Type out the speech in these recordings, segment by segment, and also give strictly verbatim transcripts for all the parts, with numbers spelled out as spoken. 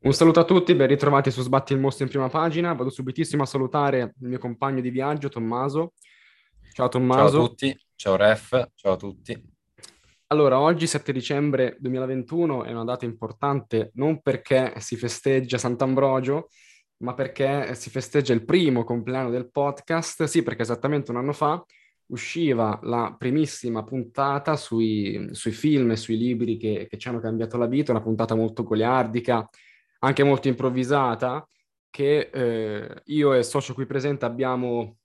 Un saluto a tutti, ben ritrovati su Sbatti il Mostro in prima pagina. Vado subitissimo a salutare il mio compagno di viaggio, Tommaso. Ciao Ciao a Tommaso. tutti, ciao Ref, ciao a tutti. Allora, oggi sette dicembre duemilaventuno è una data importante non perché si festeggia Sant'Ambrogio, ma perché si festeggia il primo compleanno del podcast. Sì, perché esattamente un anno fa usciva la primissima puntata sui, sui film e sui libri che, che ci hanno cambiato la vita, una puntata molto goliardica, anche molto improvvisata, che eh, io e il socio qui presente abbiamo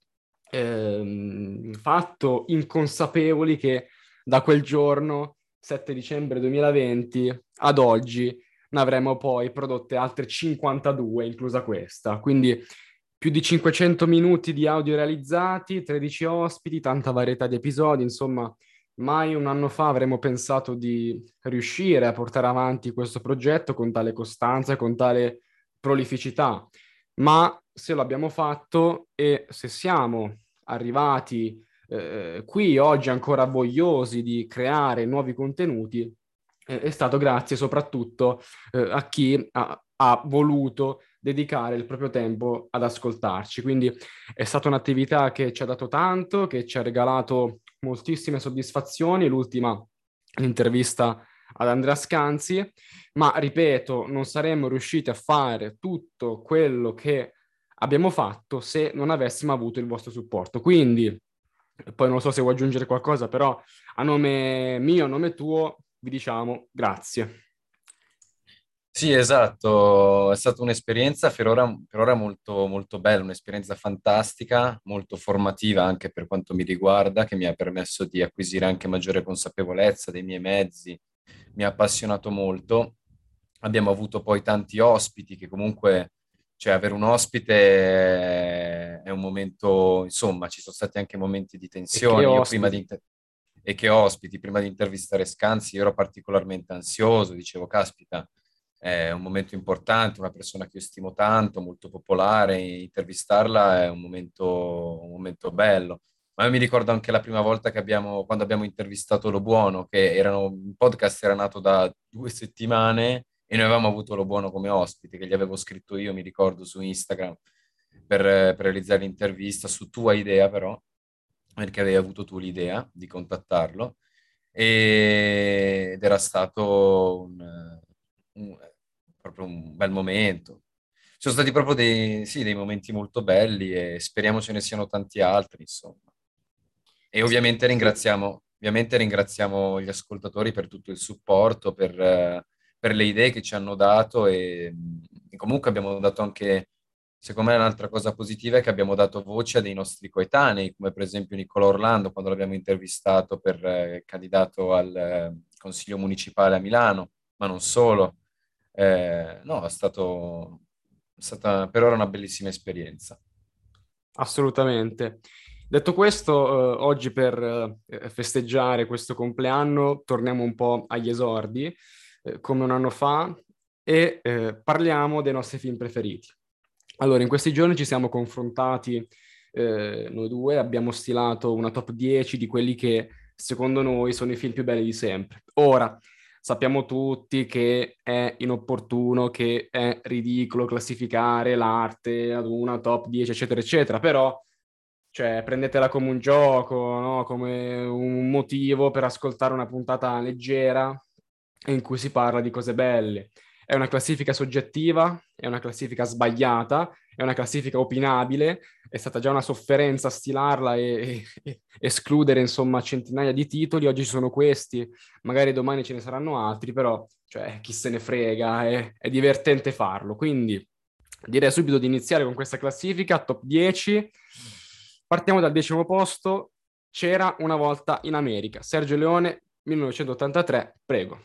ehm, fatto inconsapevoli che da quel giorno, sette dicembre duemilaventi, ad oggi ne avremo poi prodotte altre cinquantadue, inclusa questa. Quindi più di cinquecento minuti di audio realizzati, tredici ospiti, tanta varietà di episodi, insomma, mai un anno fa avremmo pensato di riuscire a portare avanti questo progetto con tale costanza, con tale prolificità. Ma se lo abbiamo fatto e se siamo arrivati eh, qui oggi ancora vogliosi di creare nuovi contenuti, eh, è stato grazie soprattutto eh, a chi ha, ha voluto dedicare il proprio tempo ad ascoltarci. Quindi è stata un'attività che ci ha dato tanto, che ci ha regalato moltissime soddisfazioni. L'ultima, l'intervista ad Andrea Scanzi, ma ripeto, non saremmo riusciti a fare tutto quello che abbiamo fatto se non avessimo avuto il vostro supporto. Quindi, poi non so se vuoi aggiungere qualcosa, però a nome mio, a nome tuo, vi diciamo grazie. Sì, esatto, è stata un'esperienza per ora, per ora molto, molto bella, un'esperienza fantastica, molto formativa anche per quanto mi riguarda, che mi ha permesso di acquisire anche maggiore consapevolezza dei miei mezzi, mi ha appassionato molto. Abbiamo avuto poi tanti ospiti che comunque, cioè avere un ospite è è un momento, insomma, ci sono stati anche momenti di E che tensione. Io prima di ospiti. inter- e che ospiti, prima di intervistare Scanzi, io ero particolarmente ansioso, dicevo, caspita, è un momento importante, una persona che io stimo tanto, molto popolare, intervistarla è un momento, un momento bello. Ma io mi ricordo anche la prima volta che abbiamo, quando abbiamo intervistato Lo Buono, che erano, un podcast era nato da due settimane e noi avevamo avuto Lo Buono come ospite, che gli avevo scritto io, mi ricordo, su Instagram per, per realizzare l'intervista, su tua idea però, perché avevi avuto tu l'idea di contattarlo e- ed era stato un, un- proprio un bel momento. Sono stati proprio dei, sì, dei momenti molto belli e speriamo ce ne siano tanti altri, insomma. E Sì, ovviamente sì. ringraziamo, ovviamente ringraziamo gli ascoltatori per tutto il supporto, per, eh, per le idee che ci hanno dato e, e comunque abbiamo dato anche, secondo me, un'altra cosa positiva è che abbiamo dato voce a dei nostri coetanei, come per esempio Nicola Orlando quando l'abbiamo intervistato per eh, candidato al eh, Consiglio Municipale a Milano, ma non solo. Eh, no, è stato, è stata per ora una bellissima esperienza. Assolutamente. Detto questo, eh, oggi per eh, festeggiare questo compleanno torniamo un po' agli esordi, eh, come un anno fa, e eh, parliamo dei nostri film preferiti. Allora, in questi giorni ci siamo confrontati, eh, noi due, abbiamo stilato una top dieci di quelli che secondo noi sono i film più belli di sempre. Ora, sappiamo tutti che è inopportuno, che è ridicolo classificare l'arte ad una top dieci, eccetera, eccetera, però cioè, prendetela come un gioco, no? Come un motivo per ascoltare una puntata leggera in cui si parla di cose belle. È una classifica soggettiva, è una classifica sbagliata, è una classifica opinabile, è stata già una sofferenza stilarla e, e- escludere, insomma, centinaia di titoli. Oggi ci sono questi, magari domani ce ne saranno altri, però, cioè, chi se ne frega, è, è divertente farlo. Quindi direi subito di iniziare con questa classifica, top dieci. Partiamo dal decimo posto. C'era una volta in America. Sergio Leone, millenovecentottantatré, prego.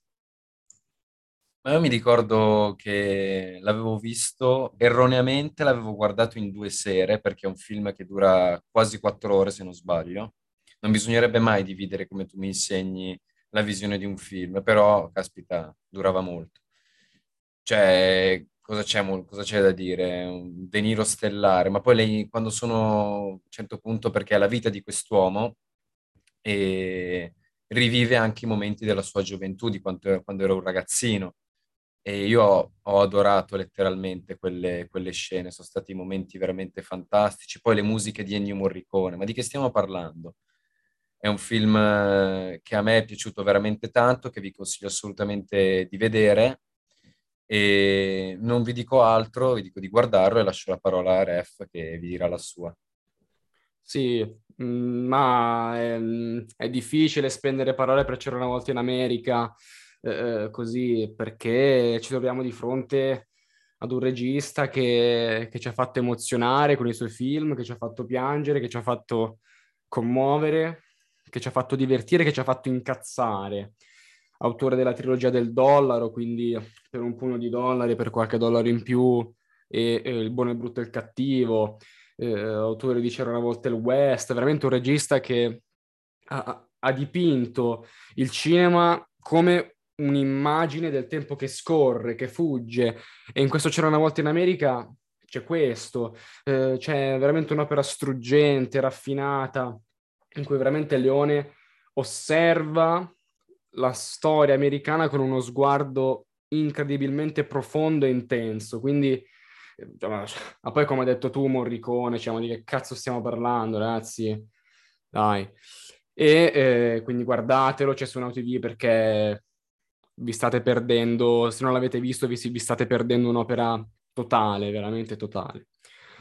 Ma io mi ricordo che l'avevo visto erroneamente, l'avevo guardato in due sere perché è un film che dura quasi quattro ore se non sbaglio. Non bisognerebbe mai dividere come tu mi insegni la visione di un film, però caspita, durava molto. Cioè, cosa c'è, mo- cosa c'è da dire? Un De Niro stellare, ma poi lei, quando sono a un certo punto, perché è la vita di quest'uomo e rivive anche i momenti della sua gioventù, di quanto- quando era un ragazzino E io ho, ho adorato letteralmente quelle, quelle scene, sono stati momenti veramente fantastici. Poi le musiche di Ennio Morricone, ma di che stiamo parlando? È un film eh, che a me è piaciuto veramente tanto, che vi consiglio assolutamente di vedere. E non vi dico altro, vi dico di guardarlo e lascio la parola a Ref che vi dirà la sua. Sì, mm, ma è, mm, è difficile spendere parole per C'era una volta in America, eh, eh, così, perché ci troviamo di fronte ad un regista che, che ci ha fatto emozionare con i suoi film, che ci ha fatto piangere, che ci ha fatto commuovere, che ci ha fatto divertire, che ci ha fatto incazzare. Autore della trilogia del dollaro, quindi per un pugno di dollari, per qualche dollaro in più, e, e Il buono, il brutto e il cattivo, eh, autore di C'era una volta il West, veramente un regista che ha, ha dipinto il cinema come un'immagine del tempo che scorre, che fugge, e in questo C'era una volta in America c'è questo, eh, c'è veramente un'opera struggente, raffinata, in cui veramente Leone osserva la storia americana con uno sguardo incredibilmente profondo e intenso, quindi eh, cioè, ma ma poi come hai detto tu, Morricone, cioè, ma di che cazzo stiamo parlando, ragazzi? Dai. E eh, quindi guardatelo, c'è su Now T V perché vi state perdendo, se non l'avete visto, vi, vi state perdendo un'opera totale, veramente totale.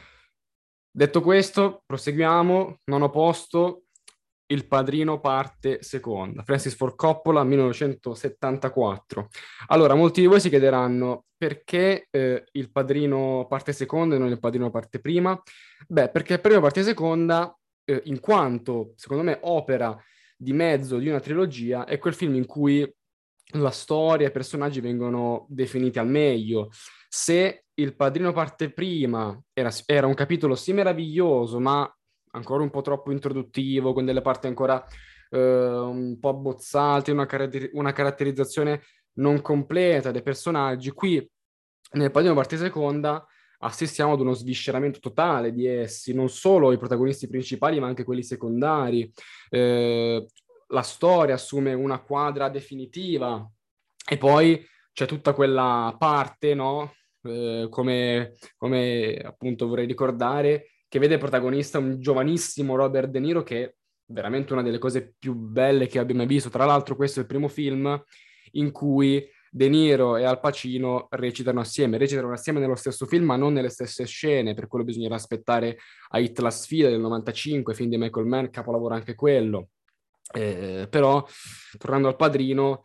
Detto questo, proseguiamo. Nono posto, Il Padrino parte seconda. Francis Ford Coppola, millenovecentosettantaquattro. Allora, molti di voi si chiederanno perché eh, Il Padrino parte seconda e non Il Padrino parte prima? Beh, perché Il Padrino parte seconda, eh, in quanto, secondo me, opera di mezzo di una trilogia, è quel film in cui la storia e i personaggi vengono definiti al meglio. Se Il Padrino parte prima era, era un capitolo sì meraviglioso, ma ancora un po' troppo introduttivo, con delle parti ancora eh, un po' abbozzate, una, caratter- una caratterizzazione non completa dei personaggi, qui nel Padrino parte seconda assistiamo ad uno svisceramento totale di essi, non solo i protagonisti principali, ma anche quelli secondari. Eh, la storia assume una quadra definitiva e poi c'è tutta quella parte, no? Eh, come, come appunto vorrei ricordare, che vede protagonista un giovanissimo Robert De Niro che è veramente una delle cose più belle che abbia mai visto. Tra l'altro questo è il primo film in cui De Niro e Al Pacino recitano assieme, recitano assieme nello stesso film ma non nelle stesse scene, per quello bisognerà aspettare a Hit la sfida del novantacinque, film di Michael Mann, capolavoro anche quello. Eh, però, tornando al Padrino,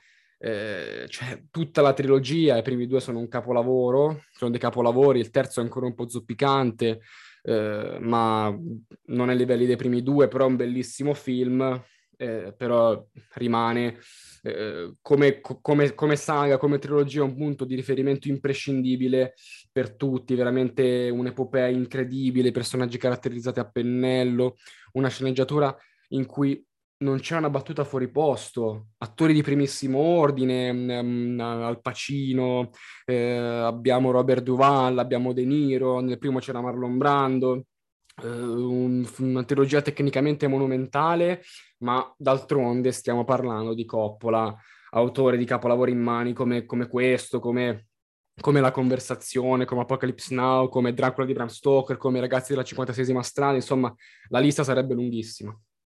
eh, cioè, tutta la trilogia, i primi due sono un capolavoro, sono dei capolavori, il terzo è ancora un po' zoppicante, eh, ma non ai livelli dei primi due, però è un bellissimo film, eh, però rimane eh, come, come, come saga, come trilogia, un punto di riferimento imprescindibile per tutti, veramente un'epopea incredibile, personaggi caratterizzati a pennello, una sceneggiatura in cui non c'è una battuta fuori posto, attori di primissimo ordine, mm, Al Pacino, eh, abbiamo Robert Duvall, abbiamo De Niro, nel primo c'era Marlon Brando, eh, un- una trilogia tecnicamente monumentale, ma d'altronde stiamo parlando di Coppola, autore di capolavori in mani come, come questo, come, come La Conversazione, come Apocalypse Now, come Dracula di Bram Stoker, come I ragazzi della cinquantaseiesima strada, insomma, la lista sarebbe lunghissima.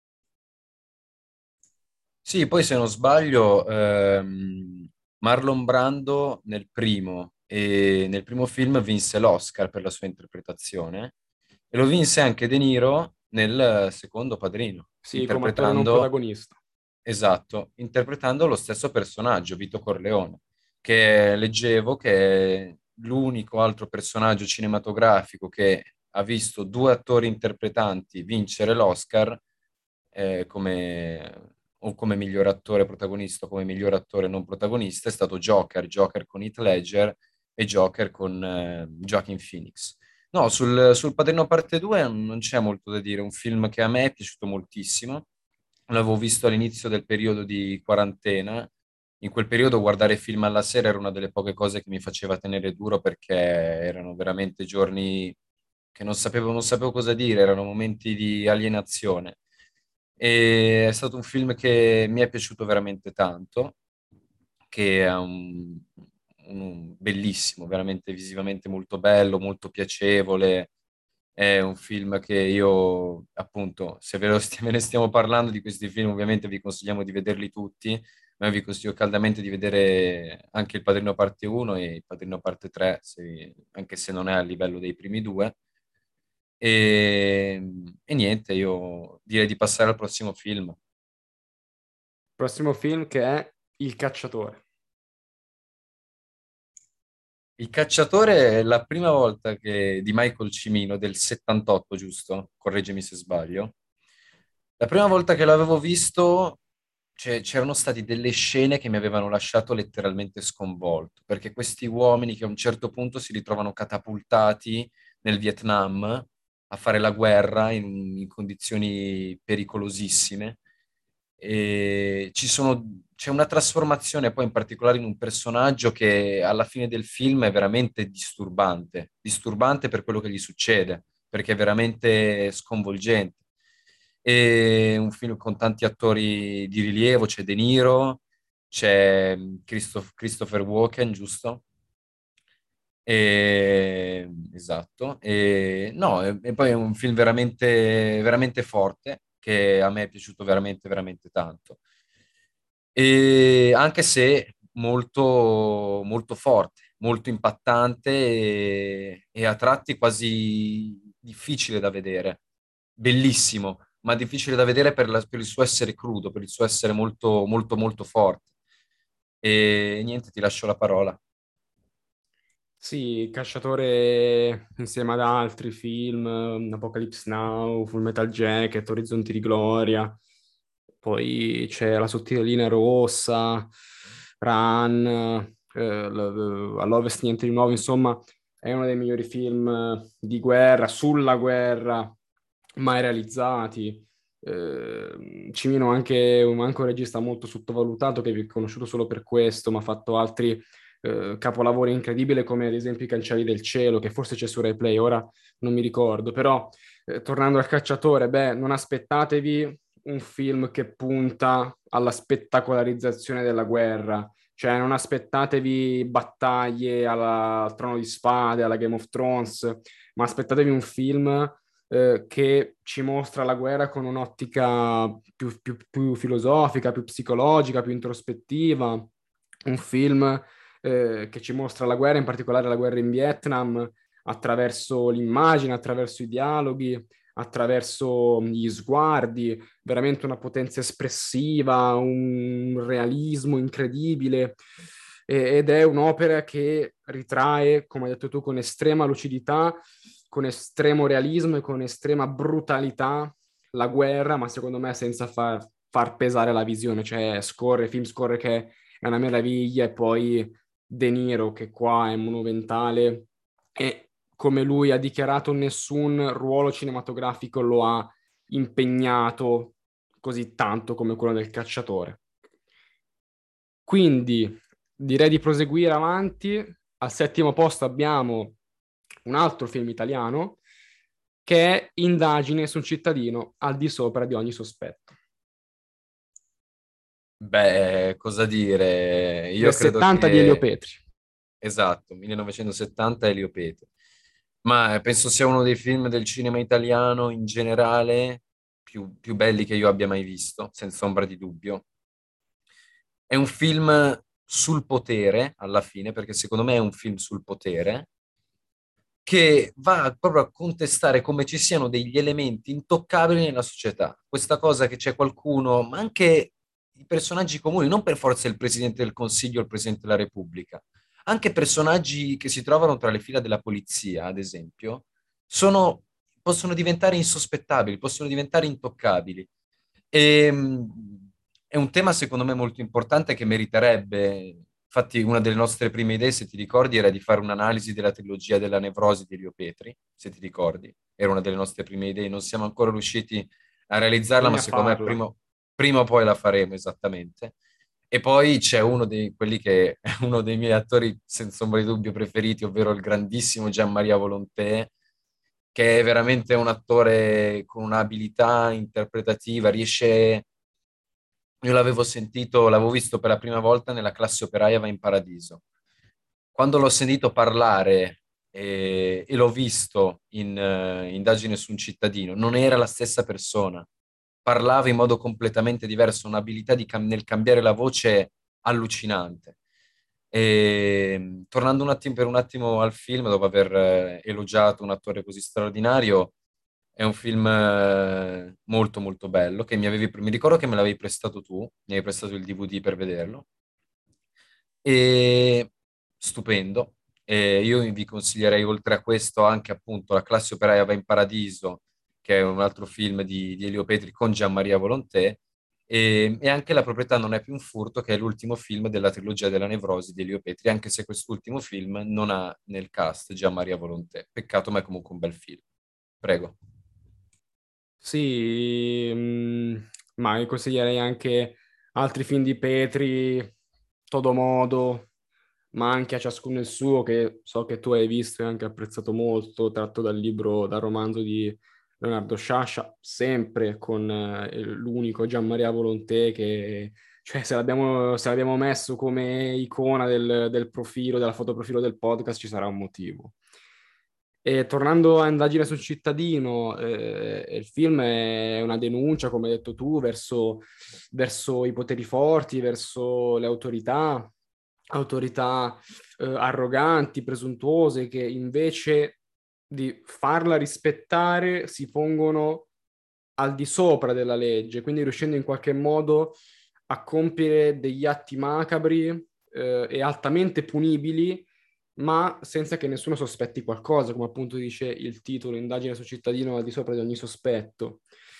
Sì, poi se non sbaglio, ehm, Marlon Brando nel primo, e nel primo film vinse l'Oscar per la sua interpretazione e lo vinse anche De Niro nel secondo Padrino, Sì, come attore non interpretando, protagonista. esatto, interpretando lo stesso personaggio, Vito Corleone, che leggevo che è l'unico altro personaggio cinematografico che ha visto due attori interpretanti vincere l'Oscar eh, come, o come miglior attore protagonista o come miglior attore non protagonista è stato Joker, Joker con Heath Ledger e Joker con eh, Joaquin Phoenix. No, sul, sul Padrino Parte due non c'è molto da dire, è un film che a me è piaciuto moltissimo, l'avevo visto all'inizio del periodo di quarantena, in quel periodo guardare film alla sera era una delle poche cose che mi faceva tenere duro perché erano veramente giorni che non sapevo, non sapevo cosa dire, erano momenti di alienazione. E è stato un film che mi è piaciuto veramente tanto, che ha un, un- bellissimo, veramente visivamente molto bello, molto piacevole. È un film che io, appunto, se ve, lo sti- ve ne stiamo parlando di questi film, ovviamente vi consigliamo di vederli tutti, ma vi consiglio caldamente di vedere anche Il Padrino parte uno e Il Padrino parte tre, se- anche se non è a livello dei primi due. E, e niente, io direi di passare al prossimo film. Prossimo film che è Il cacciatore. Il cacciatore è la prima volta che di Michael Cimino del settantotto, giusto? Correggimi se sbaglio. La prima volta che l'avevo visto, cioè, c'erano state delle scene che mi avevano lasciato letteralmente sconvolto, perché questi uomini che a un certo punto si ritrovano catapultati nel Vietnam a fare la guerra in, in condizioni pericolosissime e ci sono, c'è una trasformazione poi in particolare in un personaggio che alla fine del film è veramente disturbante, disturbante per quello che gli succede, perché è veramente sconvolgente. È un film con tanti attori di rilievo, c'è De Niro, c'è Christoph- Christopher Walken, giusto? E- esatto. E, no, e, e poi è un film veramente, veramente forte che a me è piaciuto veramente, veramente tanto. E anche se molto, molto forte, molto impattante e, e a tratti quasi difficile da vedere. Bellissimo, ma difficile da vedere per, la- per il suo essere crudo, per il suo essere molto, molto, molto forte. E niente, ti lascio la parola. Sì, Cacciatore insieme ad altri film, eh, Apocalypse Now, Full Metal Jacket, Orizzonti di Gloria, poi c'è La sottile linea rossa, Run, eh, l- All'Ovest niente di nuovo, insomma, è uno dei migliori film eh, di guerra, sulla guerra, mai realizzati. Eh, Cimino è anche, anche un regista molto sottovalutato che vi ho conosciuto solo per questo, ma ha fatto altri eh, capolavori incredibili come ad esempio I Cancelli del Cielo, che forse c'è su Replay, ora non mi ricordo, però eh, tornando al cacciatore, beh, non aspettatevi un film che punta alla spettacolarizzazione della guerra, cioè non aspettatevi battaglie alla, al Trono di Spade, alla Game of Thrones, ma aspettatevi un film eh, che ci mostra la guerra con un'ottica più, più, più filosofica, più psicologica, più introspettiva, un film eh, che ci mostra la guerra, in particolare la guerra in Vietnam, attraverso l'immagine, attraverso i dialoghi, attraverso gli sguardi, veramente una potenza espressiva, un realismo incredibile. E- ed è un'opera che ritrae, come hai detto tu, con estrema lucidità, con estremo realismo e con estrema brutalità la guerra, ma secondo me senza far, far pesare la visione, cioè scorre, il film scorre che è una meraviglia e poi De Niro che qua è monumentale e come lui ha dichiarato nessun ruolo cinematografico lo ha impegnato così tanto come quello del cacciatore. Quindi direi di proseguire avanti. Al settimo posto abbiamo un altro film italiano che è Indagine su un cittadino al di sopra di ogni sospetto. Beh, cosa dire? Del Io credo settanta di Elio che, Petri. esatto, millenovecentosettanta Elio Petri. Ma penso sia uno dei film del cinema italiano in generale più, più belli che io abbia mai visto, senza ombra di dubbio. È un film sul potere, alla fine, perché secondo me è un film sul potere, che va proprio a contestare come ci siano degli elementi intoccabili nella società. Questa cosa che c'è qualcuno, ma anche i personaggi comuni, non per forza il Presidente del Consiglio o il Presidente della Repubblica, anche personaggi che si trovano tra le fila della polizia, ad esempio, sono, possono diventare insospettabili, possono diventare intoccabili. E, mh, è un tema secondo me molto importante che meriterebbe, infatti una delle nostre prime idee, se ti ricordi, era di fare un'analisi della trilogia della nevrosi di Elio Petri, se ti ricordi, era una delle nostre prime idee, non siamo ancora riusciti a realizzarla, ma Bisogna secondo me farla. prima, prima o poi la faremo esattamente. E poi c'è uno di quelli che è uno dei miei attori senza ombra di dubbio preferiti, ovvero il grandissimo Gian Maria Volonté, che è veramente un attore con un'abilità interpretativa, riesce... Io l'avevo sentito, l'avevo visto per la prima volta nella classe operaia Va in Paradiso. quando l'ho sentito parlare e, e l'ho visto in eh, Indagine su un cittadino, non era la stessa persona. Parlava in modo completamente diverso, un'abilità di cam- nel cambiare la voce allucinante. E, tornando un attimo per un attimo al film, dopo aver eh, elogiato un attore così straordinario, è un film eh, molto molto bello che mi avevi, mi ricordo che me l'avevi prestato tu, mi avevi prestato il D V D per vederlo e stupendo. E io vi consiglierei oltre a questo anche appunto La classe operaia va in paradiso, che è un altro film di, di Elio Petri con Gianmaria Volonté, e, e anche La proprietà non è più un furto, che è l'ultimo film della trilogia della Nevrosi di Elio Petri, anche se quest'ultimo film non ha nel cast Gianmaria Volonté. Peccato, ma è comunque un bel film. Prego. Sì, mh, ma io consiglierei anche altri film di Petri, Todomodo, ma anche A ciascuno il suo, che so che tu hai visto e anche apprezzato molto, tratto dal libro, dal romanzo di Leonardo Sciascia, sempre con eh, l'unico Gianmaria Volonté che, cioè, se l'abbiamo se l'abbiamo messo come icona del, del profilo, della fotoprofilo del podcast, ci sarà un motivo. E tornando a Indagine sul cittadino, eh, il film è una denuncia, come hai detto tu, verso, verso i poteri forti, verso le autorità, autorità eh, arroganti, presuntuose, che invece di farla rispettare si pongono al di sopra della legge, quindi riuscendo in qualche modo a compiere degli atti macabri eh, e altamente punibili, ma senza che nessuno sospetti qualcosa, come appunto dice il titolo, indagine su cittadino al di sopra di ogni sospetto.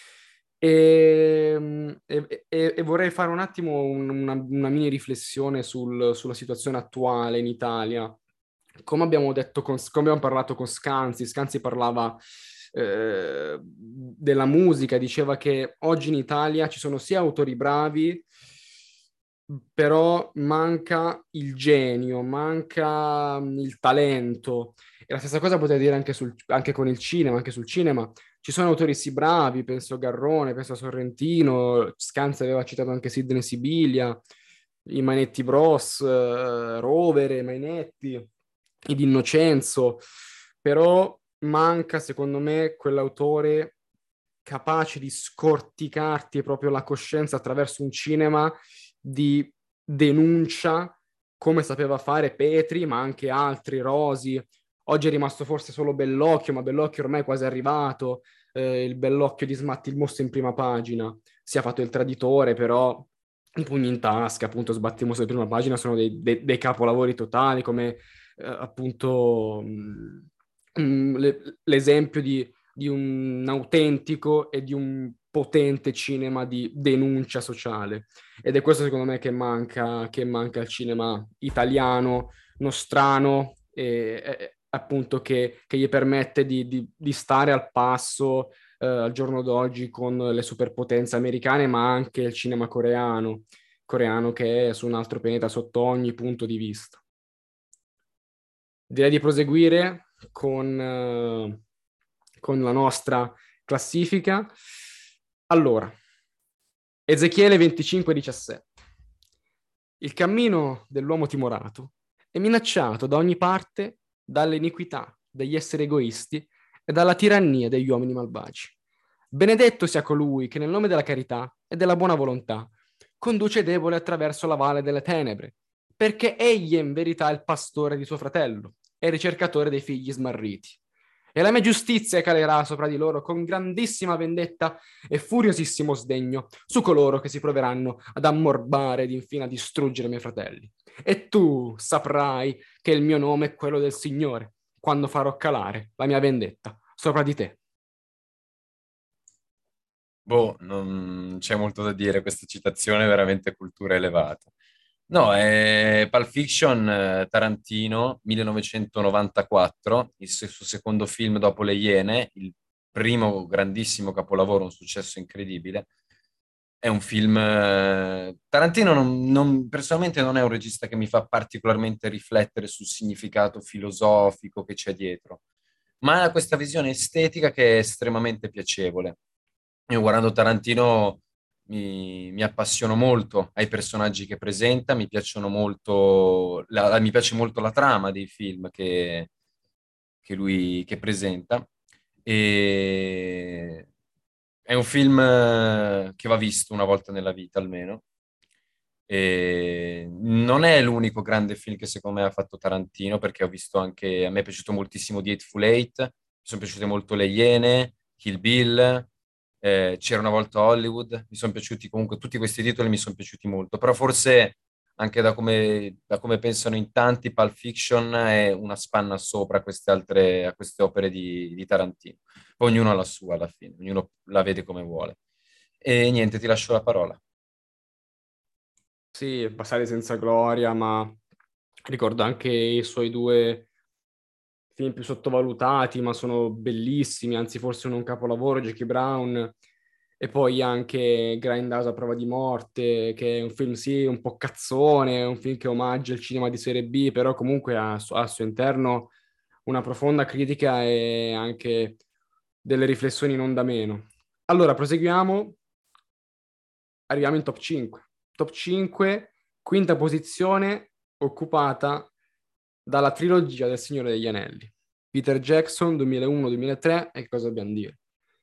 E, e- e- e vorrei fare un attimo un- una, una mini riflessione sul- sulla situazione attuale in Italia. Come abbiamo detto, con, come abbiamo parlato con Scanzi, Scanzi parlava eh, della musica, diceva che oggi in Italia ci sono sia autori bravi, però manca il genio, manca mm, il talento. E la stessa cosa potrei dire anche, sul- anche con il cinema, anche sul cinema. Ci sono autori sì bravi, penso a Garrone, penso a Sorrentino, Scanzi aveva citato anche Sidney Sibilia, i Manetti Bros, eh, Rovere, Mainetti, i D'Innocenzo, però manca secondo me quell'autore capace di scorticarti proprio la coscienza attraverso un cinema di denuncia, come sapeva fare Petri, ma anche altri, Rosi. Oggi è rimasto forse solo Bellocchio, ma Bellocchio ormai è quasi arrivato. Eh, il Bellocchio di Smatti il mostro in prima pagina. Si è fatto il traditore, però i pugni in tasca, appunto, Sbatti il mostro in prima pagina sono dei, dei- dei capolavori totali, come eh, appunto mh, mh, le- l'esempio di di un autentico e di un potente cinema di denuncia sociale. Ed è questo secondo me che manca, che manca al cinema italiano, nostrano, e, e, appunto che, che gli permette di, di, di stare al passo eh, al giorno d'oggi con le superpotenze americane, ma anche il cinema coreano, coreano che è su un altro pianeta sotto ogni punto di vista. Direi di proseguire con, eh, con la nostra classifica. Allora, Ezechiele venticinque diciassette. Il cammino dell'uomo timorato è minacciato da ogni parte dall'iniquità degli esseri egoisti e dalla tirannia degli uomini malvagi. Benedetto sia colui che nel nome della carità e della buona volontà conduce i deboli attraverso la valle delle tenebre, perché egli è in verità il pastore di suo fratello e ricercatore dei figli smarriti. E la mia giustizia calerà sopra di loro con grandissima vendetta e furiosissimo sdegno su coloro che si proveranno ad ammorbare ed infine a distruggere i miei fratelli. E tu saprai che il mio nome è quello del Signore, quando farò calare la mia vendetta sopra di te. Boh, non c'è molto da dire, questa citazione è veramente cultura elevata. No, è Pulp Fiction, eh, Tarantino, millenovecentonovantaquattro, il se- suo secondo film dopo Le Iene, il primo grandissimo capolavoro, un successo incredibile. È un film... eh, Tarantino non- non- personalmente non è un regista che mi fa particolarmente riflettere sul significato filosofico che c'è dietro, ma ha questa visione estetica che è estremamente piacevole. Io guardando Tarantino mi, mi appassiono molto ai personaggi che presenta, mi piacciono molto, la- mi piace molto la trama dei film che, che lui che presenta. E è un film eh, che va visto una volta nella vita almeno. E non è l'unico grande film che secondo me ha fatto Tarantino, perché ho visto anche, a me è piaciuto moltissimo The Hateful Eight, mi sono piaciute molto Le Iene, Kill Bill, eh, C'era una volta Hollywood, mi sono piaciuti comunque, tutti questi titoli mi sono piaciuti molto, però forse anche da come, da come pensano in tanti, Pulp Fiction è una spanna sopra a queste altre, a queste opere di, di Tarantino. Poi ognuno ha la sua alla fine, ognuno la vede come vuole. E niente, ti lascio la parola. Sì, Passare senza gloria, ma ricordo anche i suoi due film più sottovalutati, ma sono bellissimi, anzi forse uno un capolavoro, Jackie Brown, e poi anche Grindhouse a prova di morte, che è un film sì, un po' cazzone, un film che omaggia il cinema di serie B, però comunque ha, ha al suo interno una profonda critica e anche delle riflessioni non da meno. Allora, proseguiamo, arriviamo in top cinque. Top cinque, quinta posizione occupata dalla trilogia del Signore degli Anelli. Peter Jackson, duemilauno-duemilatré, e che cosa dobbiamo dire?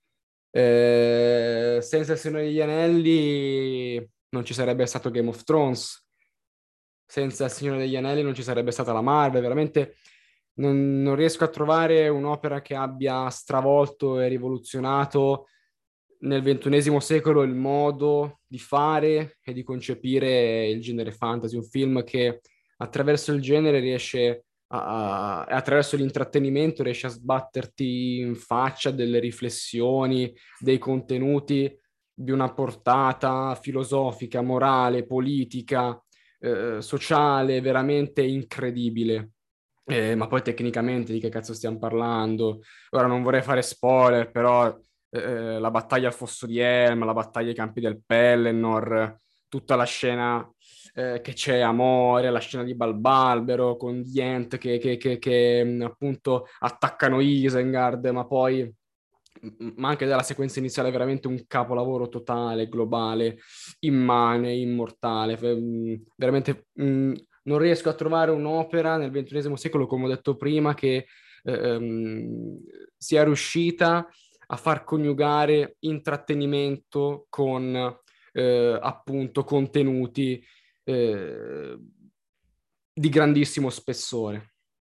Eh, senza il Signore degli Anelli non ci sarebbe stato Game of Thrones, senza il Signore degli Anelli non ci sarebbe stata la Marvel, veramente non, non riesco a trovare un'opera che abbia stravolto e rivoluzionato nel ventunesimo secolo il modo di fare e di concepire il genere fantasy, un film che attraverso il genere riesce a, a- attraverso l'intrattenimento riesce a sbatterti in faccia delle riflessioni, dei contenuti di una portata filosofica, morale, politica, eh, sociale, veramente incredibile. Eh, ma poi tecnicamente di che cazzo stiamo parlando? Ora non vorrei fare spoiler, però eh, la battaglia al fosso di Helm, la battaglia ai campi del Pelennor, tutta la scena eh, che c'è a Moria, la scena di Balbalbero con gli Ent che, che, che, che mh, appunto attaccano Isengard, ma poi ma anche della sequenza iniziale è veramente un capolavoro totale, globale, immane, immortale, Fe- mh, veramente mh, non riesco a trovare un'opera nel ventunesimo secolo, come ho detto prima, che ehm, sia riuscita a far coniugare intrattenimento con eh, appunto contenuti eh, di grandissimo spessore.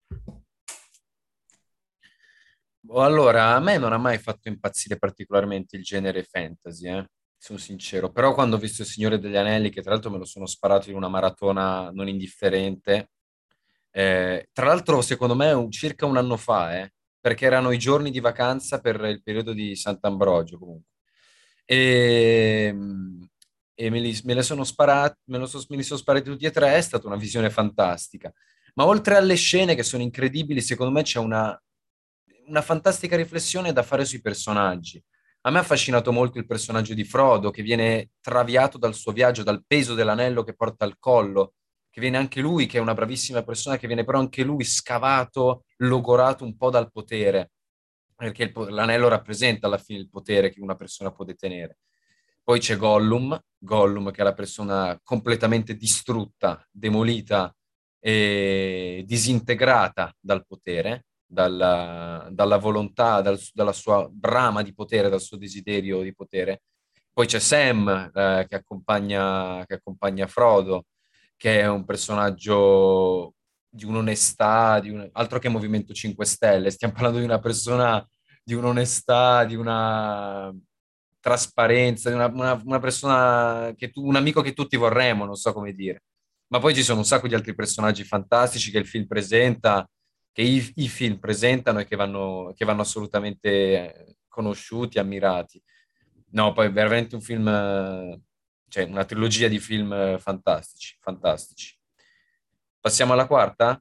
Boh, allora, a me non ha mai fatto impazzire particolarmente il genere fantasy, eh, sono sincero. Però quando ho visto Il Signore degli Anelli, che tra l'altro me lo sono sparato in una maratona non indifferente, eh, tra l'altro secondo me un- circa un anno fa, eh, perché erano i giorni di vacanza per il periodo di Sant'Ambrogio comunque. E, e me li, me le sono sparati, me, lo so- me li sono sparati tutti e tre, è stata una visione fantastica. Ma oltre alle scene che sono incredibili, secondo me c'è una, una fantastica riflessione da fare sui personaggi. A me ha affascinato molto il personaggio di Frodo, che viene traviato dal suo viaggio, dal peso dell'anello che porta al collo, che viene anche lui, che è una bravissima persona, che viene però anche lui scavato, logorato un po' dal potere, perché il po- l'anello rappresenta alla fine il potere che una persona può detenere. Poi c'è Gollum, Gollum che è la persona completamente distrutta, demolita e disintegrata dal potere, dalla, dalla volontà, dal- dalla sua brama di potere, dal suo desiderio di potere. Poi c'è Sam, eh, che accompagna, che accompagna Frodo, che è un personaggio di un'onestà, di un... altro che Movimento cinque Stelle. Stiamo parlando di una persona di un'onestà, di una trasparenza, di una, una- una persona che tu, un amico che tutti vorremmo, non so come dire. Ma poi ci sono un sacco di altri personaggi fantastici che il film presenta, che i, i film presentano e che vanno, che vanno assolutamente eh, conosciuti, ammirati. No, poi è veramente un film, eh, cioè una trilogia di film eh, fantastici, fantastici. Passiamo alla quarta?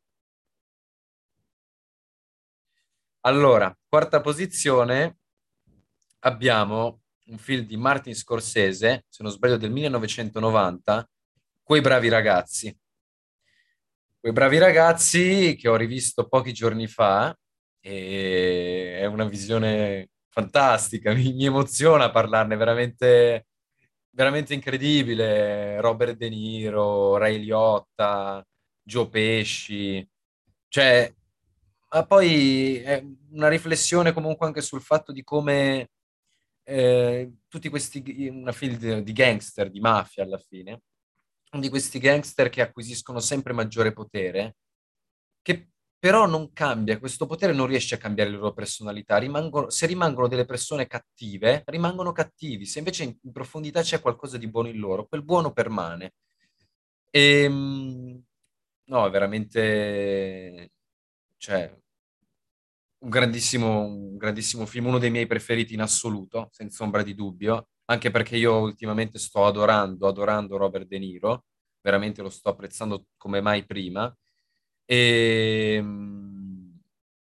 Allora, quarta posizione abbiamo un film di Martin Scorsese, se non sbaglio del millenovecentonovanta, Quei bravi ragazzi. Quei bravi ragazzi che ho rivisto pochi giorni fa e è una visione fantastica, mi, mi emoziona parlarne, veramente veramente incredibile. Robert De Niro, Ray Liotta, Joe Pesci. Cioè, ma poi è una riflessione comunque anche sul fatto di come eh, tutti questi, una film di, di gangster, di mafia alla fine, di questi gangster che acquisiscono sempre maggiore potere, che però non cambia, questo potere non riesce a cambiare le loro personalità, rimangono, se rimangono delle persone cattive, rimangono cattivi, se invece in, in profondità c'è qualcosa di buono in loro, quel buono permane. E, no, è veramente, cioè, un grandissimo, un grandissimo film, uno dei miei preferiti in assoluto, senza ombra di dubbio, anche perché io ultimamente sto adorando, adorando Robert De Niro, veramente lo sto apprezzando come mai prima. E mh,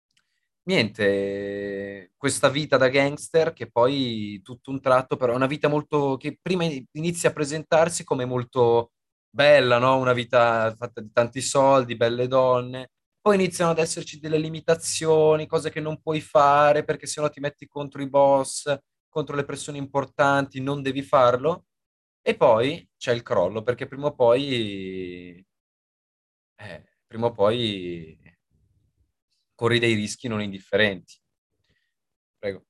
niente, questa vita da gangster che poi tutto un tratto, però è una vita molto, che prima inizia a presentarsi come molto bella, no? Una vita fatta di tanti soldi, belle donne, poi iniziano ad esserci delle limitazioni, cose che non puoi fare perché sennò ti metti contro i boss, contro le persone importanti, non devi farlo. E poi c'è il crollo perché prima o poi, eh, prima o poi corri dei rischi non indifferenti. Prego.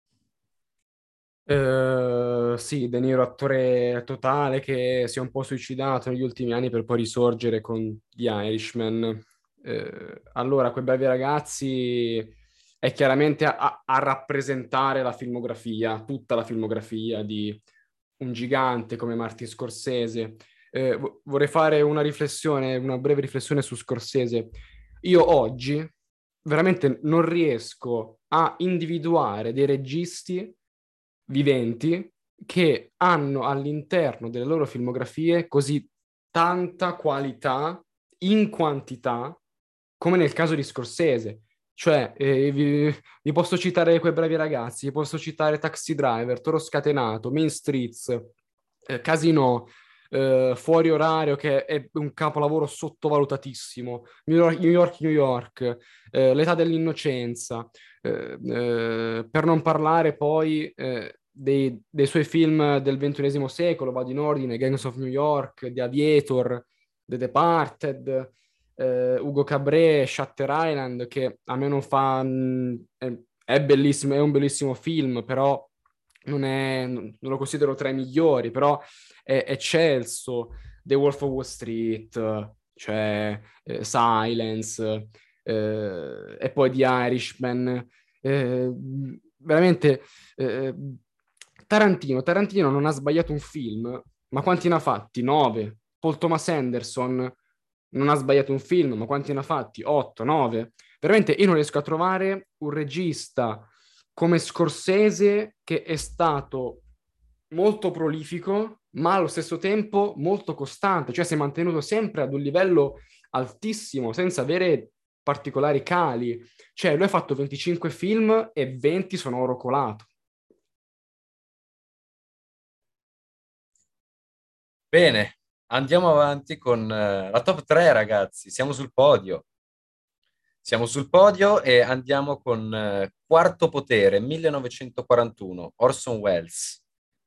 Eh, sì, De Niro attore totale che si è un po' suicidato negli ultimi anni per poi risorgere con The Irishman. Eh, allora, Quei bravi ragazzi è chiaramente a, a- a rappresentare la filmografia, tutta la filmografia di un gigante come Martin Scorsese. Eh, vo- vorrei fare una riflessione, una breve riflessione su Scorsese. Io oggi veramente non riesco a individuare dei registi viventi che hanno all'interno delle loro filmografie così tanta qualità in quantità come nel caso di Scorsese. Cioè, eh, vi, vi posso citare Quei bravi ragazzi, vi posso citare Taxi Driver, Toro Scatenato, Mean Streets, eh, Casino, eh, Fuori Orario, che è un capolavoro sottovalutatissimo, New York, New York, New York, eh, L'età dell'innocenza, eh, eh, per non parlare poi eh, dei, dei suoi film del ventunesimo secolo, vado in ordine, Gangs of New York, The Aviator, The Departed, eh, Ugo Cabré, Shutter Island, che a me non fa... mh, è, è bellissimo, è un bellissimo film, però non, è, non lo considero tra i migliori, però è eccelso. The Wolf of Wall Street, cioè eh, Silence, eh, e poi The Irishman. Eh, veramente, eh, Tarantino, Tarantino non ha sbagliato un film, ma quanti ne ha fatti? Nove. Paul Thomas Anderson non ha sbagliato un film, ma quanti ne ha fatti? Otto, nove. Veramente io non riesco a trovare un regista come Scorsese che è stato molto prolifico, ma allo stesso tempo molto costante, cioè si è mantenuto sempre ad un livello altissimo, senza avere particolari cali. Cioè, lui ha fatto venticinque film e venti sono oro colato. Bene, andiamo avanti con eh, la top tre, ragazzi. Siamo sul podio. Siamo sul podio e andiamo con eh, Quarto Potere, millenovecentoquarantuno, Orson Welles.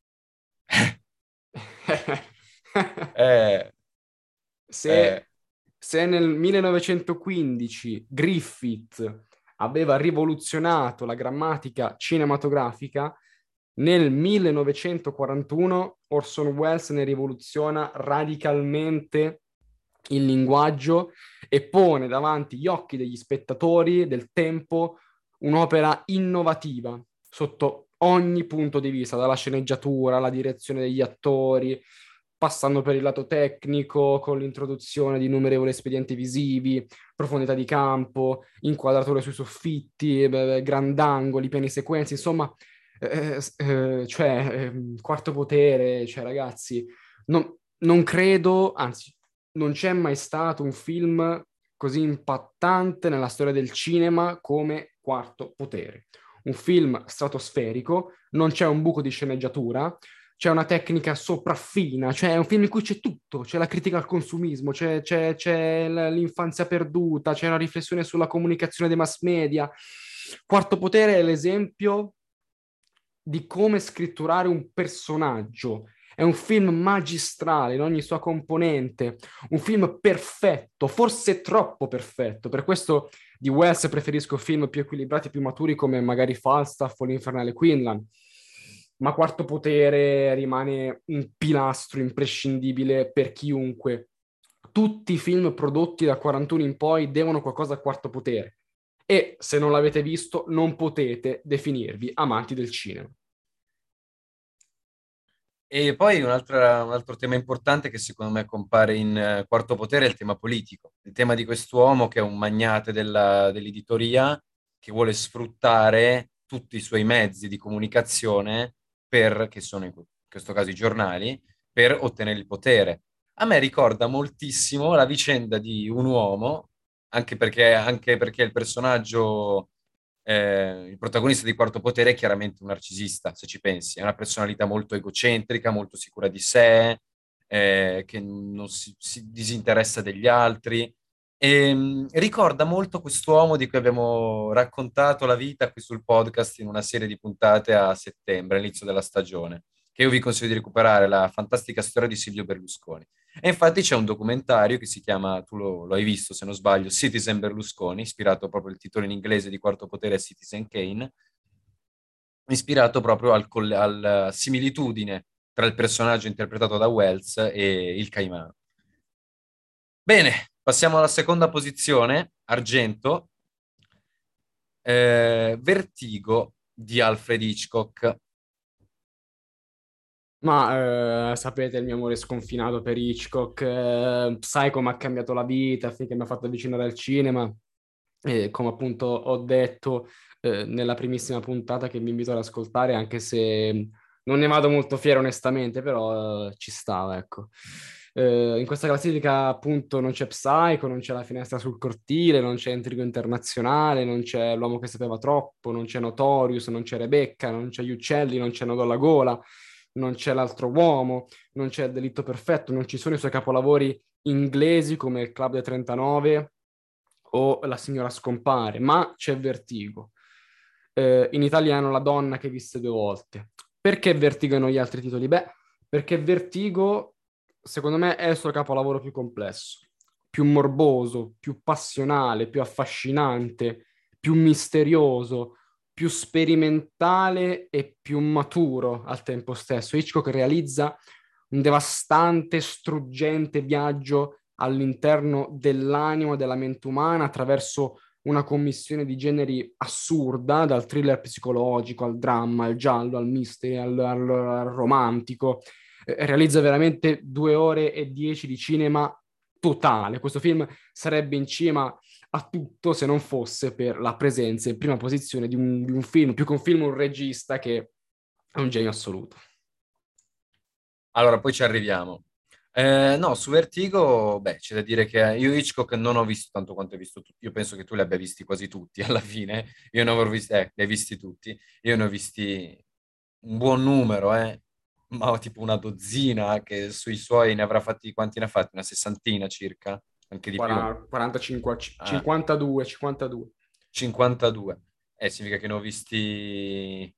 Eh, eh, Se, se nel millenovecentoquindici Griffith aveva rivoluzionato la grammatica cinematografica, nel millenovecentoquarantuno Orson Welles ne rivoluziona radicalmente il linguaggio e pone davanti gli occhi degli spettatori del tempo un'opera innovativa sotto ogni punto di vista, dalla sceneggiatura alla direzione degli attori, passando per il lato tecnico, con l'introduzione di innumerevoli espedienti visivi, profondità di campo, inquadrature sui soffitti, beh, grandangoli, piani sequenze, insomma, eh, eh, cioè, eh, quarto potere, cioè, ragazzi, non, non credo, anzi, non c'è mai stato un film così impattante nella storia del cinema come Quarto Potere. Un film stratosferico, non c'è un buco di sceneggiatura, c'è una tecnica sopraffina, cioè è un film in cui c'è tutto, c'è la critica al consumismo, c'è, c'è, c'è l'infanzia perduta, c'è una riflessione sulla comunicazione dei mass media. Quarto Potere è l'esempio di come scritturare un personaggio. È un film magistrale in ogni sua componente, un film perfetto, forse troppo perfetto. Per questo di Wells preferisco film più equilibrati e più maturi come magari Falstaff o l'Infernale Quinlan. Ma Quarto Potere rimane un pilastro imprescindibile per chiunque. Tutti i film prodotti da quarantuno in poi devono qualcosa a Quarto Potere. E se non l'avete visto, non potete definirvi amanti del cinema. E poi un'altra- un altro tema importante che secondo me compare in eh, Quarto Potere è il tema politico, il tema di quest'uomo che è un magnate della- dell'editoria che vuole sfruttare tutti i suoi mezzi di comunicazione per, che sono in questo caso i giornali, per ottenere il potere. A me ricorda moltissimo la vicenda di un uomo, anche perché, anche perché il personaggio eh, il protagonista di Quarto Potere è chiaramente un narcisista, se ci pensi, è una personalità molto egocentrica, molto sicura di sé, eh, che non si, si disinteressa degli altri. E, mh, ricorda molto quest'uomo di cui abbiamo raccontato la vita qui sul podcast in una serie di puntate a settembre, all'inizio della stagione, che io vi consiglio di recuperare, la fantastica storia di Silvio Berlusconi. E infatti c'è un documentario che si chiama, tu lo, lo hai visto se non sbaglio, Citizen Berlusconi, ispirato proprio il titolo in inglese di Quarto Potere a Citizen Kane, ispirato proprio al, coll- alla similitudine tra il personaggio interpretato da Wells e il Caimano. Bene, passiamo alla seconda posizione, Argento, eh, Vertigo di Alfred Hitchcock. Ma eh, sapete il mio amore sconfinato per Hitchcock, eh, sai come ha cambiato la vita finché mi ha fatto avvicinare al cinema. E come appunto ho detto eh, nella primissima puntata che vi invito ad ascoltare, anche se non ne vado molto fiero onestamente, però eh, ci stava, ecco. Eh, in questa classifica appunto non c'è Psycho, non c'è La finestra sul cortile, non c'è Intrigo internazionale, non c'è L'uomo che sapeva troppo, non c'è Notorious, non c'è Rebecca, non c'è Gli uccelli, non c'è Nodo alla gola, non c'è L'altro uomo, non c'è Il delitto perfetto, non ci sono i suoi capolavori inglesi come Il Club dei trentanove o La signora scompare, ma c'è Vertigo. Eh, in italiano La donna che visse due volte. Perché Vertigo e non gli altri titoli? Beh, perché Vertigo, secondo me, è il suo capolavoro più complesso, più morboso, più passionale, più affascinante, più misterioso, più sperimentale e più maturo al tempo stesso. Hitchcock realizza un devastante, struggente viaggio all'interno dell'anima, della mente umana attraverso una commissione di generi assurda, dal thriller psicologico al dramma, al giallo, al mystery, al, al- al romantico. Eh, realizza veramente due ore e dieci di cinema totale. Questo film sarebbe in cima a tutto se non fosse per la presenza in prima posizione di un, di un film, più che un film, un regista che è un genio assoluto. Allora, poi ci arriviamo. Eh, no, su Vertigo, beh, c'è da dire che io Hitchcock non ho visto tanto quanto hai visto tu. Io penso che tu li abbia visti quasi tutti alla fine. Io ne avrò visti, eh, li hai visti tutti. Io ne ho visti un buon numero, eh, ma tipo una dozzina che sui suoi ne avrà fatti, quanti ne ha fatti? Una sessantina circa, anche di più. quaranta, quarantacinque, Ah, cinquantadue, cinquantadue. cinquantadue. Eh, significa che ne ho visti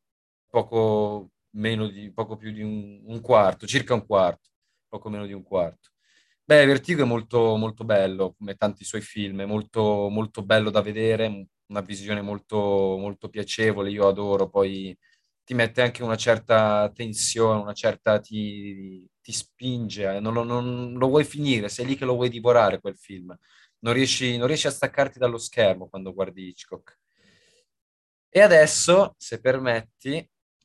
poco meno di, poco più di un, un quarto, circa un quarto, poco meno di un quarto. Beh, Vertigo è molto, molto bello, come tanti suoi film, è molto, molto bello da vedere, una visione molto, molto piacevole, io adoro, poi ti mette anche una certa tensione, una certa ti, ti spinge, eh, non lo, non lo vuoi finire, sei lì che lo vuoi divorare quel film, non riesci, non riesci a staccarti dallo schermo quando guardi Hitchcock. E adesso, se permetti,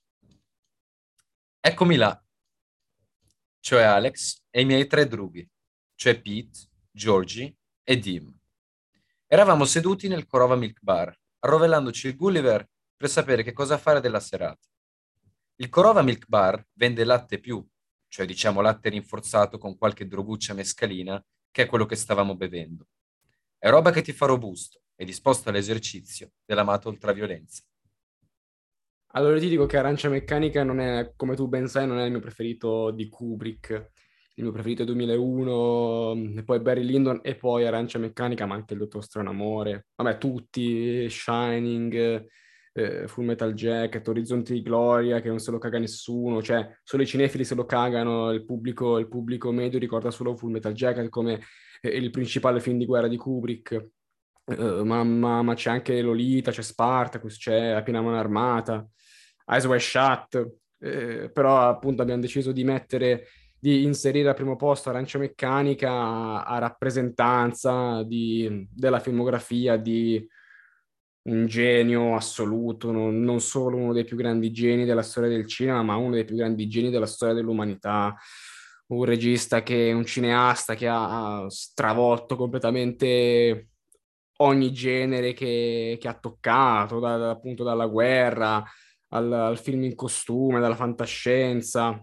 eccomi là, cioè Alex e i miei tre drughi, cioè Pete, Georgie e Dim. Eravamo seduti nel Corova Milk Bar, arrovellandoci il Gulliver per sapere che cosa fare della serata. Il Corova Milk Bar vende latte più, cioè diciamo latte rinforzato con qualche droguccia mescalina, che è quello che stavamo bevendo. È roba che ti fa robusto e disposto all'esercizio dell'amata ultraviolenza. Allora ti dico che Arancia Meccanica non è, come tu ben sai, non è il mio preferito di Kubrick. Il mio preferito è duemilauno, e poi Barry Lyndon e poi Arancia Meccanica, ma anche il Dottor Stranamore. Vabbè, tutti, Shining, eh, Full Metal Jacket, Orizzonti di Gloria, che non se lo caga nessuno, cioè solo i cinefili se lo cagano, il pubblico, il pubblico medio ricorda solo Full Metal Jacket come eh, il principale film di guerra di Kubrick. Eh, ma, ma- ma c'è anche Lolita, c'è Spartacus, c'è La piena mano armata, Eyes Wide Shut, eh, però appunto abbiamo deciso di mettere, di inserire al primo posto Arancia Meccanica a, a rappresentanza di- della filmografia di un genio assoluto, non, non solo uno dei più grandi geni della storia del cinema, ma uno dei più grandi geni della storia dell'umanità. Un regista che, un cineasta che ha ha stravolto completamente ogni genere che, che ha toccato, da- da- appunto dalla guerra al, al film in costume, dalla fantascienza,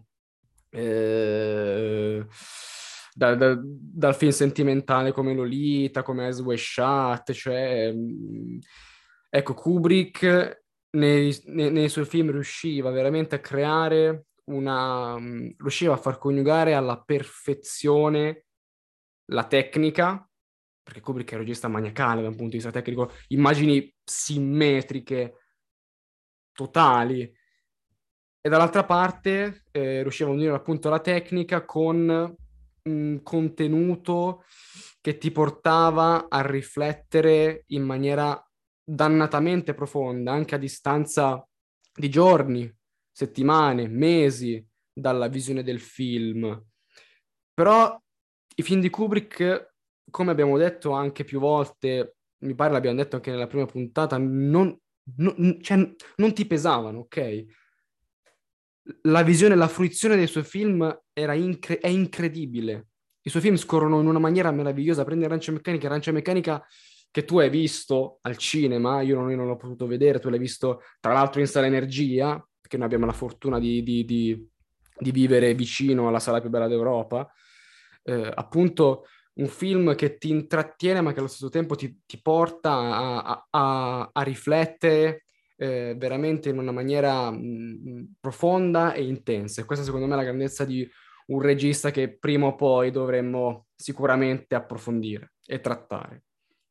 eh, da- da- dal film sentimentale come Lolita, come Eyes Wide Shut, cioè, mh, ecco, Kubrick nei, nei- nei suoi film riusciva veramente a creare una, mh, riusciva a far coniugare alla perfezione la tecnica, perché Kubrick è un regista maniacale da un punto di vista tecnico, immagini simmetriche, totali, e dall'altra parte eh, riusciva a unire appunto la tecnica con un contenuto che ti portava a riflettere in maniera dannatamente profonda, anche a distanza di giorni, settimane, mesi dalla visione del film. Però i film di Kubrick, come abbiamo detto anche più volte, mi pare l'abbiamo detto anche nella prima puntata, non, non- cioè, non ti pesavano, ok? La visione, la fruizione dei suoi film era incre- è incredibile. I suoi film scorrono in una maniera meravigliosa. Prendi Arancia Meccanica, Arancia Meccanica che tu hai visto al cinema, io non, io non l'ho potuto vedere, tu l'hai visto tra l'altro in Sala Energia, perché noi abbiamo la fortuna di, di- di- di vivere vicino alla sala più bella d'Europa. Eh, appunto, un film che ti intrattiene, ma che allo stesso tempo ti, ti porta a, a- a- a riflettere eh, veramente in una maniera mh, profonda e intensa. E questa secondo me è la grandezza di un regista che prima o poi dovremmo sicuramente approfondire e trattare.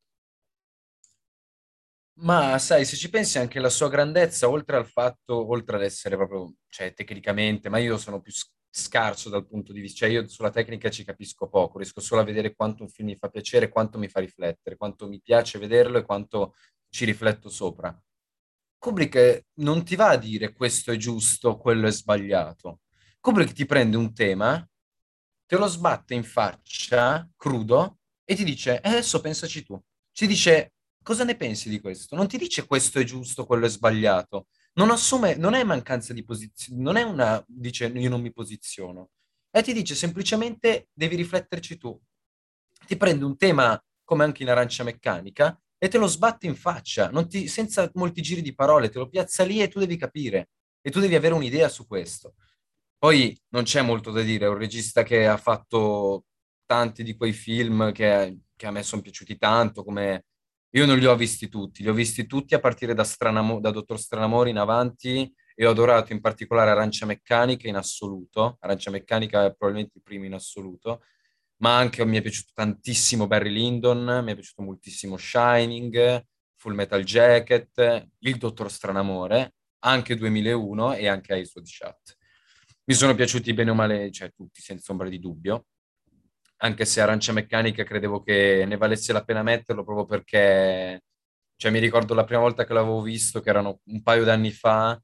Ma sai, se ci pensi anche la sua grandezza, oltre al fatto, oltre ad essere proprio, cioè tecnicamente, ma io sono più s- scarso dal punto di vista, cioè io sulla tecnica ci capisco poco, riesco solo a vedere quanto un film mi fa piacere, quanto mi fa riflettere, quanto mi piace vederlo e quanto ci rifletto sopra. Kubrick eh, non ti va a dire questo è giusto, quello è sbagliato. Kubrick ti prende un tema, te lo sbatte in faccia, crudo, e ti dice, "E adesso pensaci tu." Ci dice, cosa ne pensi di questo? Non ti dice questo è giusto, quello è sbagliato. Non assume, non è mancanza di posizione, non è una, dice io non mi posiziono. E ti dice semplicemente devi rifletterci tu. Ti prende un tema come anche in Arancia Meccanica e te lo sbatti in faccia, non ti- senza molti giri di parole, te lo piazza lì e tu devi capire e tu devi avere un'idea su questo. Poi non c'è molto da dire, è un regista che ha fatto tanti di quei film che, che a me sono piaciuti tanto, come io non li ho visti tutti, li ho visti tutti a partire da, Stranamo- da Dottor Stranamore in avanti e ho adorato in particolare Arancia Meccanica in assoluto. Arancia Meccanica è probabilmente il primo in assoluto, ma anche mi è piaciuto tantissimo Barry Lyndon, mi è piaciuto moltissimo Shining, Full Metal Jacket, Il Dottor Stranamore, anche duemilauno e anche Eyes Wide Shut. Mi sono piaciuti bene o male, cioè tutti senza ombra di dubbio, anche se Arancia Meccanica credevo che ne valesse la pena metterlo proprio perché, cioè mi ricordo la prima volta che l'avevo visto, che erano un paio d'anni fa,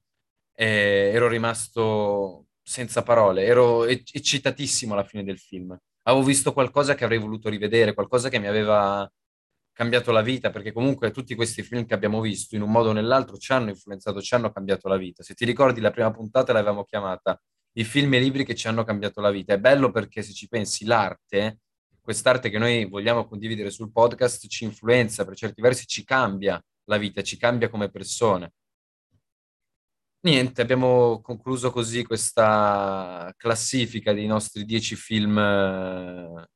e ero rimasto senza parole, ero ec- eccitatissimo alla fine del film. Avevo visto qualcosa che avrei voluto rivedere, qualcosa che mi aveva cambiato la vita, perché comunque tutti questi film che abbiamo visto in un modo o nell'altro ci hanno influenzato, ci hanno cambiato la vita. Se ti ricordi, la prima puntata l'avevamo chiamata I film e i libri che ci hanno cambiato la vita. È bello perché se ci pensi, l'arte, quest'arte che noi vogliamo condividere sul podcast, ci influenza, per certi versi ci cambia la vita, ci cambia come persone. Niente, abbiamo concluso così questa classifica dei nostri dieci film, eh,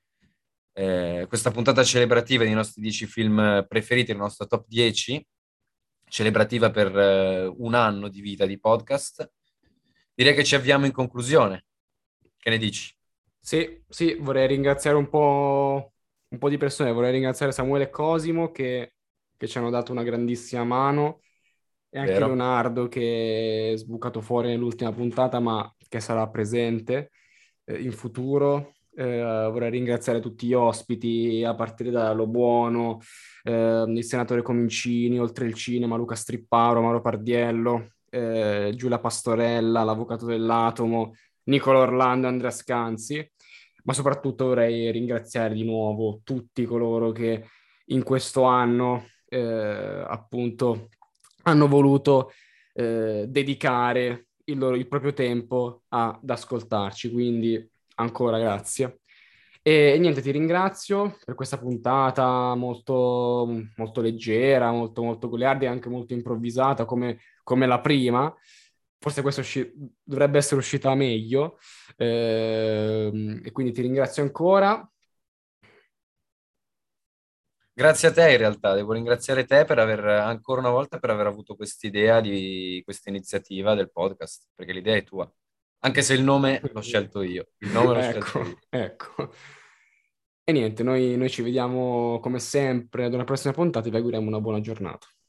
eh, questa puntata celebrativa dei nostri dieci film preferiti, la nostra top dieci, celebrativa per eh, un anno di vita di podcast. Direi che ci avviamo in conclusione. Che ne dici? Sì, sì, vorrei ringraziare un po', un po' di persone, vorrei ringraziare Samuele e Cosimo che, che ci hanno dato una grandissima mano e anche vero? Leonardo che è sbucato fuori nell'ultima puntata, ma che sarà presente eh, in futuro. Eh, vorrei ringraziare tutti gli ospiti, a partire da Lo Buono, eh, il senatore Comincini, oltre il cinema, Luca Stripparo, Mauro Pardiello, eh, Giulia Pastorella, l'avvocato dell'Atomo, Nicola Orlando e Andrea Scanzi, ma soprattutto vorrei ringraziare di nuovo tutti coloro che in questo anno eh, appunto hanno voluto eh, dedicare il, loro, il proprio tempo a- ad ascoltarci, quindi ancora grazie. E, e niente, ti ringrazio per questa puntata molto, molto leggera, molto, molto goliarda e anche molto improvvisata come, come la prima. Forse questa usci- dovrebbe essere uscita meglio, ehm, e quindi ti ringrazio ancora. Grazie a te in realtà, devo ringraziare te per aver, ancora una volta, per aver avuto quest'idea di questa iniziativa del podcast, perché l'idea è tua, anche se il nome l'ho scelto io, il nome l'ho scelto Ecco, io. ecco. E niente, noi, noi ci vediamo come sempre ad una prossima puntata e vi auguriamo una buona giornata.